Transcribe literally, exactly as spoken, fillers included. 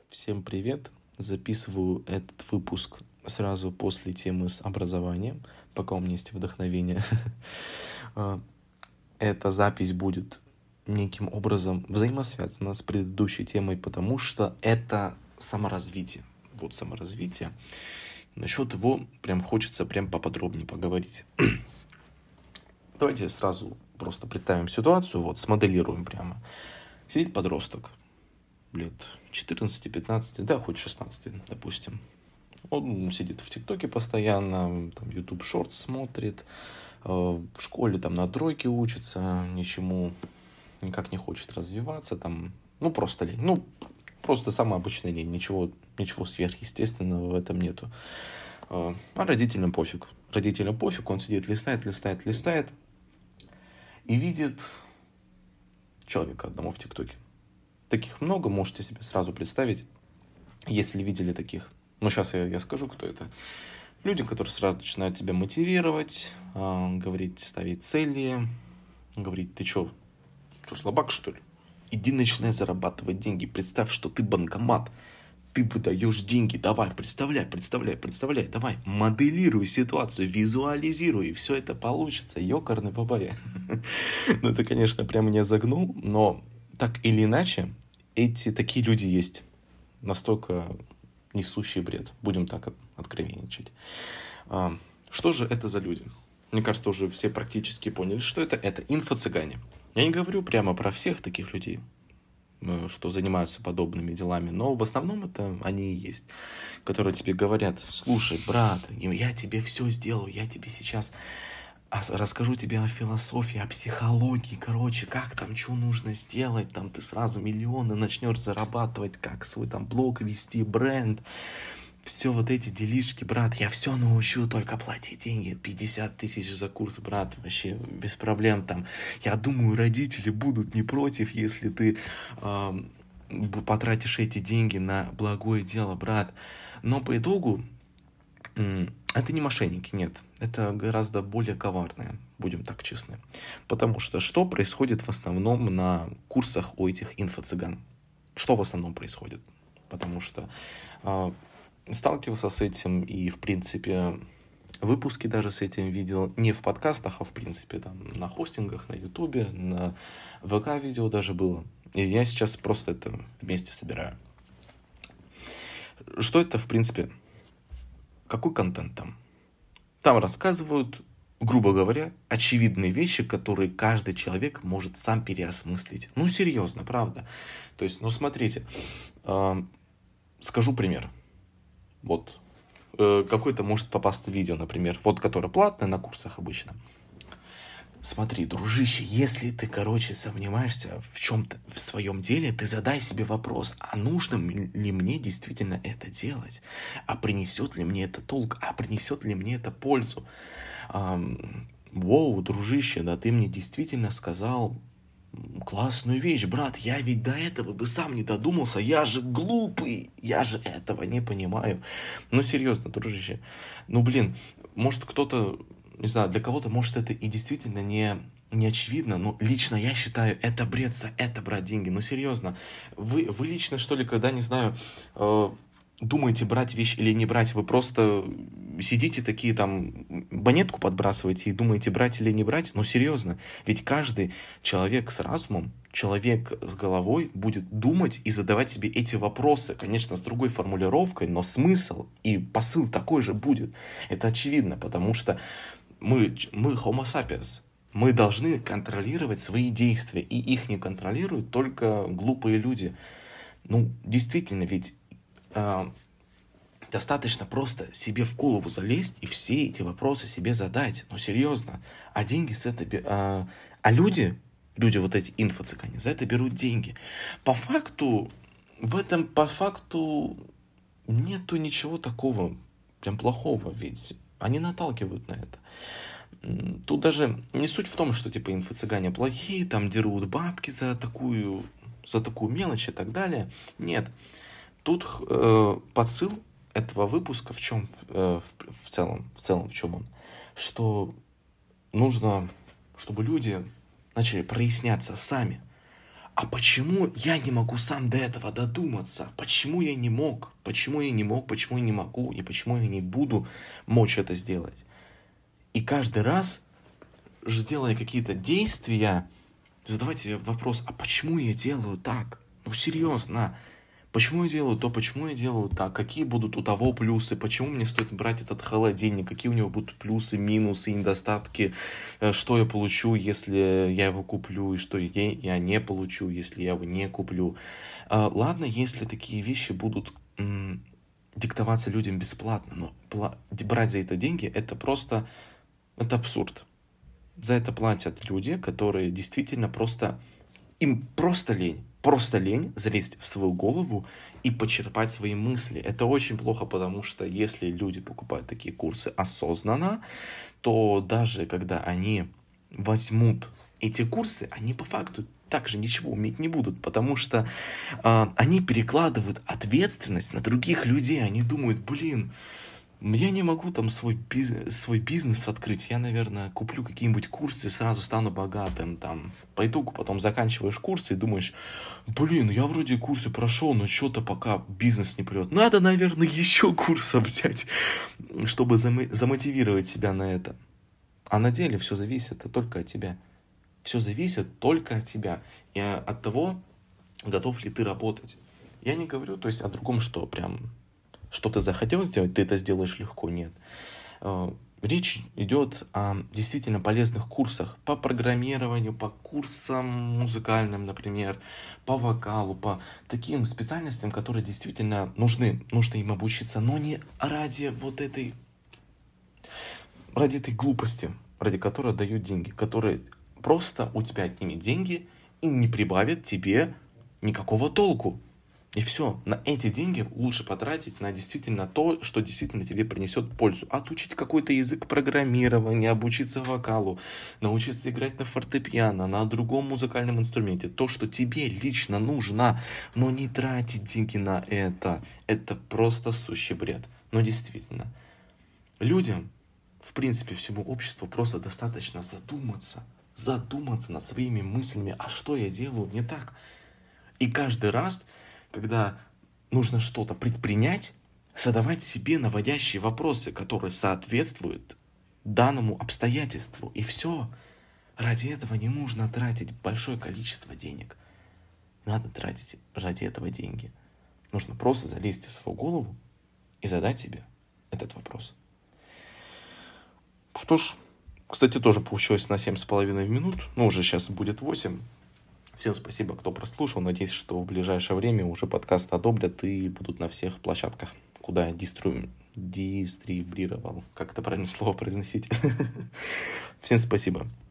Всем привет! Записываю этот выпуск сразу после темы с образованием, пока у меня есть вдохновение. Эта запись будет неким образом взаимосвязана с предыдущей темой, потому что это саморазвитие. Вот саморазвитие. Насчет его прям хочется прям поподробнее поговорить. Давайте сразу просто представим ситуацию, вот смоделируем прямо. Сидит подросток, лет четырнадцать-пятнадцать, да, хоть шестнадцать, допустим. Он сидит в ТикТоке постоянно, там YouTube Shorts смотрит, в школе там на тройке учится, ничему никак не хочет развиваться, там, ну, просто лень, ну, просто самая обычная лень, ничего, ничего сверхъестественного в этом нету. А родителям пофиг, родителям пофиг, он сидит, листает, листает, листает и видит человека одного в ТикТоке. Таких много, можете себе сразу представить, если видели таких. Ну, сейчас я, я скажу, кто это. Люди, которые сразу начинают тебя мотивировать, э, говорить, ставить цели, говорить, ты что, что, слабак, что ли? Иди начинай зарабатывать деньги. Представь, что ты банкомат. Ты выдаешь деньги. Давай, представляй, представляй, представляй. Давай, моделируй ситуацию, визуализируй. И все это получится. Ёкарный бабай. Ну, это, конечно, прямо не загнул, но так или иначе, эти такие люди есть. Настолько несущий бред. Будем так откровенничать. А, что же это за люди? Мне кажется, уже все практически поняли, что это. Это инфо-цыгане. Я не говорю прямо про всех таких людей, что занимаются подобными делами, но в основном это они и есть, которые тебе говорят: слушай, брат, я тебе все сделаю, я тебе сейчас расскажу тебе о философии, о психологии, короче, как там, что нужно сделать, там ты сразу миллионы начнешь зарабатывать, как свой там блог вести, бренд, все вот эти делишки, брат, я все научу, только плати деньги, пятьдесят тысяч за курс, брат, вообще без проблем там. Я думаю, родители будут не против, если ты э, потратишь эти деньги на благое дело, брат. Но по итогу это не мошенники, нет. Это гораздо более коварное, будем так честны. Потому что что происходит в основном на курсах у этих инфо-цыган? Что в основном происходит? Потому что э, сталкивался с этим и, в принципе, выпуски даже с этим видел. Не в подкастах, а, в принципе, там, на хостингах, на ютубе, на ВК-видео даже было. И я сейчас просто это вместе собираю. Что это, в принципе... Какой контент там? Там рассказывают, грубо говоря, очевидные вещи, которые каждый человек может сам переосмыслить. Ну, серьезно, правда. То есть, ну, смотрите, э, скажу пример. Вот, э, какой-то может попасться видео, например, вот, которое платное на курсах обычно. Смотри, дружище, если ты, короче, сомневаешься в чем-то, в своем деле, ты задай себе вопрос, а нужно ли мне действительно это делать? А принесет ли мне это толк? А принесет ли мне это пользу? Ам, воу, дружище, да ты мне действительно сказал классную вещь, брат, я ведь до этого бы сам не додумался, я же глупый, я же этого не понимаю. Ну, серьезно, дружище, ну, блин, может кто-то... Не знаю, для кого-то, может, это и действительно не, не очевидно, но лично я считаю, это бред, за это брать деньги. Ну, серьезно, вы, вы лично, что ли, когда, не знаю, э, думаете, брать вещь или не брать, вы просто сидите такие там, монетку подбрасываете и думаете, брать или не брать? Ну, серьезно, ведь каждый человек с разумом, человек с головой будет думать и задавать себе эти вопросы, конечно, с другой формулировкой, но смысл и посыл такой же будет. Это очевидно, потому что Мы, мы homo sapiens, мы должны контролировать свои действия, и их не контролируют только глупые люди. Ну, действительно, ведь э, достаточно просто себе в голову залезть и все эти вопросы себе задать. Ну, серьезно. А деньги с этого... Э, а люди, люди вот эти инфо-цыгане, за это берут деньги. По факту, в этом по факту нету ничего такого прям плохого, ведь... Они наталкивают на это. Тут даже не суть в том, что типа инфо-цыгане плохие, там дерут бабки за такую, за такую мелочь и так далее. Нет. Тут э, посыл этого выпуска в чем э, в, в целом, в целом в чем он? Что нужно, чтобы люди начали проясняться сами. а почему я не могу сам до этого додуматься? Почему я не мог? Почему я не мог? Почему я не могу? И почему я не буду мочь это сделать? И каждый раз, делая какие-то действия, задавать себе вопрос, а почему я делаю так? Ну, серьезно. Почему я делаю то, почему я делаю так, какие будут у того плюсы, почему мне стоит брать этот холодильник, какие у него будут плюсы, минусы, недостатки, что я получу, если я его куплю, и что я не получу, если я его не куплю. Ладно, если такие вещи будут м, диктоваться людям бесплатно, но пла- брать за это деньги, это просто, это абсурд. За это платят люди, которые действительно просто, им просто лень. Просто лень залезть в свою голову и почерпать свои мысли. Это очень плохо, потому что если люди покупают такие курсы осознанно, то даже когда они возьмут эти курсы, они по факту также ничего уметь не будут, потому что э, они перекладывают ответственность на других людей. Они думают, блин, я не могу там свой бизнес, свой бизнес открыть. Я, наверное, куплю какие-нибудь курсы и сразу стану богатым. Там, по итогу потом заканчиваешь курсы и думаешь, блин, я вроде курсы прошел, но что-то пока бизнес не прет. Надо, наверное, еще курсов взять, чтобы зам- замотивировать себя на это. А на деле все зависит только от тебя. Все зависит только от тебя. И от того, готов ли ты работать. Я не говорю, то есть, о другом, что прям... Что ты захотел сделать, ты это сделаешь легко, нет. Речь идет о действительно полезных курсах по программированию, по курсам музыкальным, например, по вокалу, по таким специальностям, которые действительно нужны, нужно им обучиться, но не ради вот этой, ради этой глупости, ради которой дают деньги, которые просто у тебя отнимет деньги и не прибавят тебе никакого толку. И все, на эти деньги лучше потратить на действительно то, что действительно тебе принесет пользу. Отучить какой-то язык программирования, обучиться вокалу, научиться играть на фортепиано, на другом музыкальном инструменте. То, что тебе лично нужно, но не тратить деньги на это. Это просто сущий бред. Но действительно, людям, в принципе, всему обществу просто достаточно задуматься, задуматься над своими мыслями, а что я делаю не так. И каждый раз, когда нужно что-то предпринять, задавать себе наводящие вопросы, которые соответствуют данному обстоятельству. И все. Ради этого не нужно тратить большое количество денег. Надо тратить ради этого деньги. Нужно просто залезть в свою голову и задать себе этот вопрос. Что ж, кстати, тоже получилось на семь с половиной минут. Ну, уже сейчас будет восемь. Всем спасибо, кто прослушал. Надеюсь, что в ближайшее время уже подкаст одобрят и будут на всех площадках, куда я дистру... дистрибрировал. Как это правильно слово произносить? Всем спасибо.